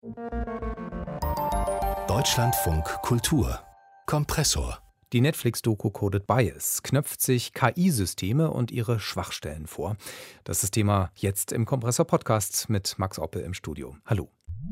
Deutschlandfunk Kultur Kompressor. Die Netflix-Doku Coded Bias knöpft sich KI-Systeme und ihre Schwachstellen vor. Das ist das Thema jetzt im Kompressor-Podcast mit Max Oppel im Studio. Hallo.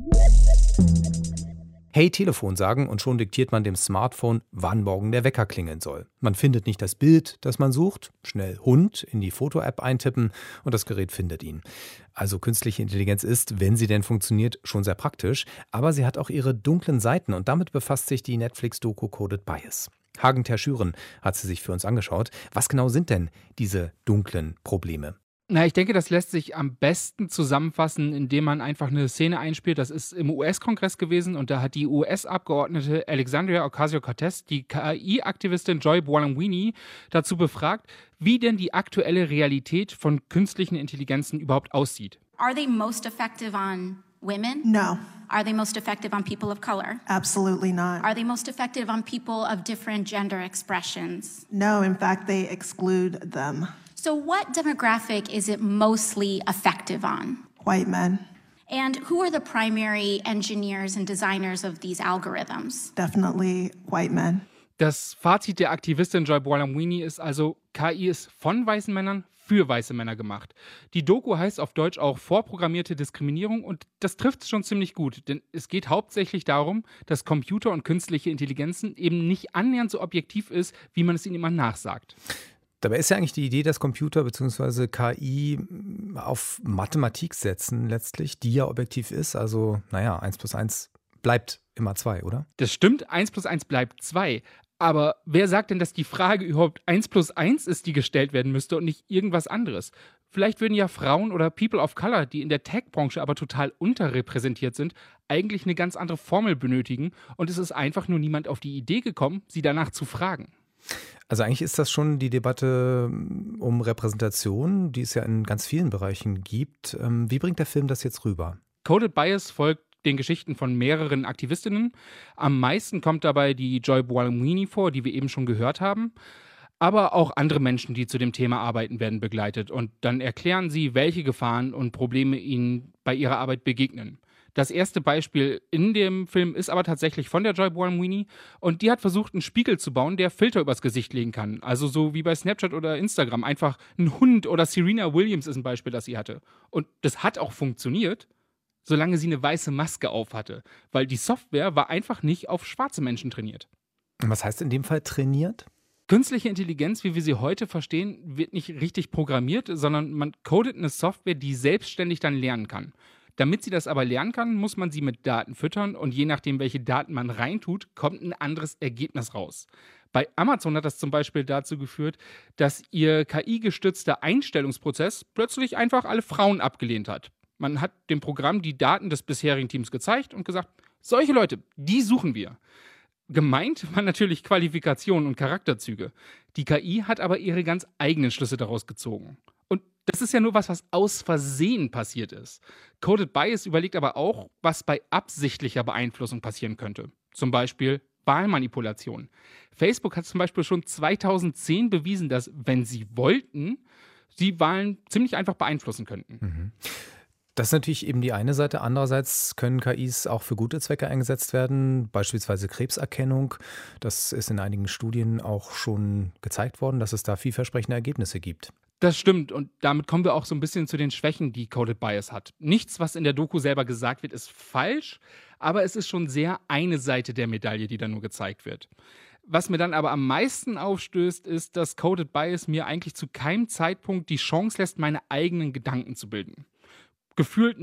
Hey Telefon sagen und schon diktiert man dem Smartphone, wann morgen der Wecker klingeln soll. Man findet nicht das Bild, das man sucht, schnell Hund in die Foto-App eintippen und das Gerät findet ihn. Also künstliche Intelligenz ist, wenn sie denn funktioniert, schon sehr praktisch, aber sie hat auch ihre dunklen Seiten und damit befasst sich die Netflix-Doku Coded Bias. Hagen Terschüren hat sie sich für uns angeschaut. Was genau sind denn diese dunklen Probleme? Na, ich denke, das lässt sich am besten zusammenfassen, indem man einfach eine Szene einspielt. Das ist im US-Kongress gewesen und da hat die US-Abgeordnete Alexandria Ocasio-Cortez die KI-Aktivistin Joy Buolamwini dazu befragt, wie denn die aktuelle Realität von künstlichen Intelligenzen überhaupt aussieht. Are they most effective on women? No, Are they most effective on people of color? absolutely not. Are they most effective on people of different gender expressions? No, in fact, they exclude them. So what demographic is it mostly effective on? White men, And who are the primary engineers and designers of these algorithms? definitely white men. Das Fazit der Aktivistin Joy Buolamwini ist also, KI ist von weißen Männern für weiße Männer gemacht. Die Doku heißt auf Deutsch auch vorprogrammierte Diskriminierung und das trifft es schon ziemlich gut, denn es geht hauptsächlich darum, dass Computer und künstliche Intelligenzen eben nicht annähernd so objektiv ist, wie man es ihnen immer nachsagt. Dabei ist ja eigentlich die Idee, dass Computer bzw. KI auf Mathematik setzen letztlich, die ja objektiv ist. Also, 1 plus 1 bleibt immer 2, oder? Das stimmt, 1 plus 1 bleibt 2. Aber wer sagt denn, dass die Frage überhaupt 1 plus 1 ist, die gestellt werden müsste und nicht irgendwas anderes? Vielleicht würden ja Frauen oder People of Color, die in der Tech-Branche aber total unterrepräsentiert sind, eigentlich eine ganz andere Formel benötigen und es ist einfach nur niemand auf die Idee gekommen, sie danach zu fragen. Also eigentlich ist das schon die Debatte um Repräsentation, die es ja in ganz vielen Bereichen gibt. Wie bringt der Film das jetzt rüber? Coded Bias folgt den Geschichten von mehreren Aktivistinnen. Am meisten kommt dabei die Joy Buolamwini vor, die wir eben schon gehört haben. Aber auch andere Menschen, die zu dem Thema arbeiten, werden begleitet. Und dann erklären sie, welche Gefahren und Probleme ihnen bei ihrer Arbeit begegnen. Das erste Beispiel in dem Film ist aber tatsächlich von der Joy Buolamwini und die hat versucht, einen Spiegel zu bauen, der Filter übers Gesicht legen kann. Also so wie bei Snapchat oder Instagram. Einfach ein Hund oder Serena Williams ist ein Beispiel, das sie hatte. Und das hat auch funktioniert, solange sie eine weiße Maske auf hatte. Weil die Software war einfach nicht auf schwarze Menschen trainiert. Was heißt in dem Fall trainiert? Künstliche Intelligenz, wie wir sie heute verstehen, wird nicht richtig programmiert, sondern man codet eine Software, die selbstständig dann lernen kann. Damit sie das aber lernen kann, muss man sie mit Daten füttern und je nachdem, welche Daten man reintut, kommt ein anderes Ergebnis raus. Bei Amazon hat das zum Beispiel dazu geführt, dass ihr KI-gestützter Einstellungsprozess plötzlich einfach alle Frauen abgelehnt hat. Man hat dem Programm die Daten des bisherigen Teams gezeigt und gesagt, solche Leute, die suchen wir. Gemeint waren natürlich Qualifikationen und Charakterzüge. Die KI hat aber ihre ganz eigenen Schlüsse daraus gezogen. Und das ist ja nur was aus Versehen passiert ist. Coded Bias überlegt aber auch, was bei absichtlicher Beeinflussung passieren könnte. Zum Beispiel Wahlmanipulation. Facebook hat zum Beispiel schon 2010 bewiesen, dass, wenn sie wollten, sie Wahlen ziemlich einfach beeinflussen könnten. Das ist natürlich eben die eine Seite. Andererseits können KIs auch für gute Zwecke eingesetzt werden, beispielsweise Krebserkennung. Das ist in einigen Studien auch schon gezeigt worden, dass es da vielversprechende Ergebnisse gibt. Das stimmt und damit kommen wir auch so ein bisschen zu den Schwächen, die Coded Bias hat. Nichts, was in der Doku selber gesagt wird, ist falsch, aber es ist schon sehr eine Seite der Medaille, die da nur gezeigt wird. Was mir dann aber am meisten aufstößt, ist, dass Coded Bias mir eigentlich zu keinem Zeitpunkt die Chance lässt, meine eigenen Gedanken zu bilden. Gefühlt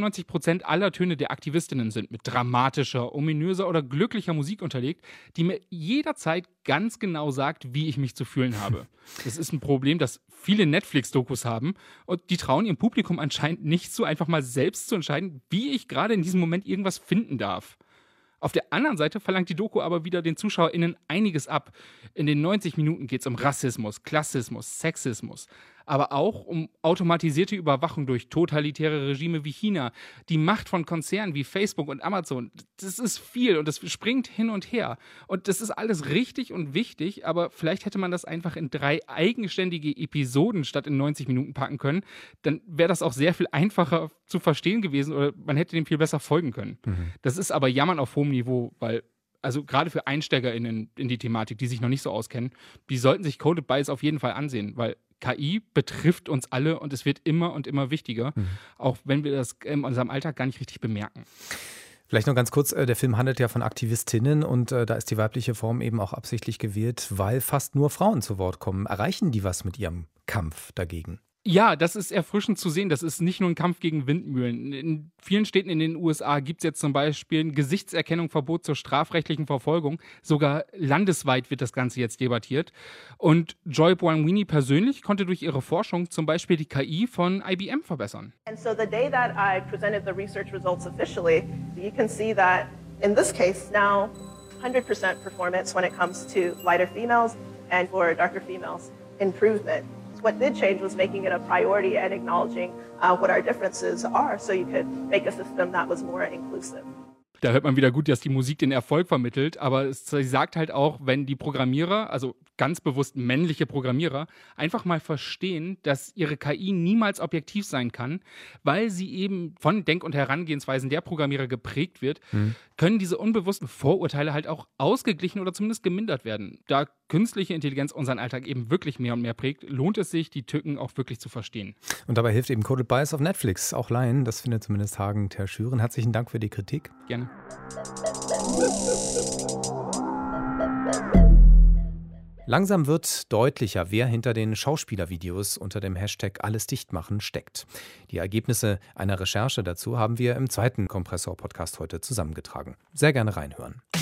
99% aller Töne der Aktivistinnen sind mit dramatischer, ominöser oder glücklicher Musik unterlegt, die mir jederzeit ganz genau sagt, wie ich mich zu fühlen habe. Das ist ein Problem, das viele Netflix-Dokus haben und die trauen ihrem Publikum anscheinend nicht so, einfach mal selbst zu entscheiden, wie ich gerade in diesem Moment irgendwas finden darf. Auf der anderen Seite verlangt die Doku aber wieder den ZuschauerInnen einiges ab. In den 90 Minuten geht es um Rassismus, Klassismus, Sexismus. aber auch um automatisierte Überwachung durch totalitäre Regime wie China, die Macht von Konzernen wie Facebook und Amazon. Das ist viel und das springt hin und her. Und das ist alles richtig und wichtig, aber vielleicht hätte man das einfach in 3 eigenständige Episoden statt in 90 Minuten packen können. Dann wäre das auch sehr viel einfacher zu verstehen gewesen oder man hätte dem viel besser folgen können. Das ist aber Jammern auf hohem Niveau, weil also gerade für EinsteigerInnen in die Thematik, die sich noch nicht so auskennen, die sollten sich Coded Bias auf jeden Fall ansehen, weil KI betrifft uns alle und es wird immer und immer wichtiger, auch wenn wir das in unserem Alltag gar nicht richtig bemerken. Vielleicht noch ganz kurz, der Film handelt ja von Aktivistinnen und da ist die weibliche Form eben auch absichtlich gewählt, weil fast nur Frauen zu Wort kommen. Erreichen die was mit ihrem Kampf dagegen? Ja, das ist erfrischend zu sehen. Das ist nicht nur ein Kampf gegen Windmühlen. In vielen Städten in den USA gibt es jetzt zum Beispiel ein Gesichtserkennungsverbot zur strafrechtlichen Verfolgung. Sogar landesweit wird das Ganze jetzt debattiert. Und Joy Buolamwini persönlich konnte durch ihre Forschung zum Beispiel die KI von IBM verbessern. And so the day that I presented the research results officially, you can see that in this case now 100% performance when it comes to lighter females and for darker females improvement. What did change was making it a priority and acknowledging what our differences are so you could make a system that was more inclusive. Da hört man wieder gut, dass die Musik den Erfolg vermittelt, aber sie sagt halt auch, wenn die Programmierer, also ganz bewusst männliche Programmierer, einfach mal verstehen, dass ihre KI niemals objektiv sein kann, weil sie eben von Denk- und Herangehensweisen der Programmierer geprägt wird, können diese unbewussten Vorurteile halt auch ausgeglichen oder zumindest gemindert werden. Da künstliche Intelligenz unseren Alltag eben wirklich mehr und mehr prägt, lohnt es sich, die Tücken auch wirklich zu verstehen. Und dabei hilft eben Coded Bias auf Netflix, auch Laien. Das findet zumindest Hagen Terschüren. Herzlichen Dank für die Kritik. Gerne. Langsam wird deutlicher, wer hinter den Schauspielervideos unter dem Hashtag Alles dicht machen steckt. Die Ergebnisse einer Recherche dazu haben wir im 2. Kompressor-Podcast heute zusammengetragen. Sehr gerne reinhören.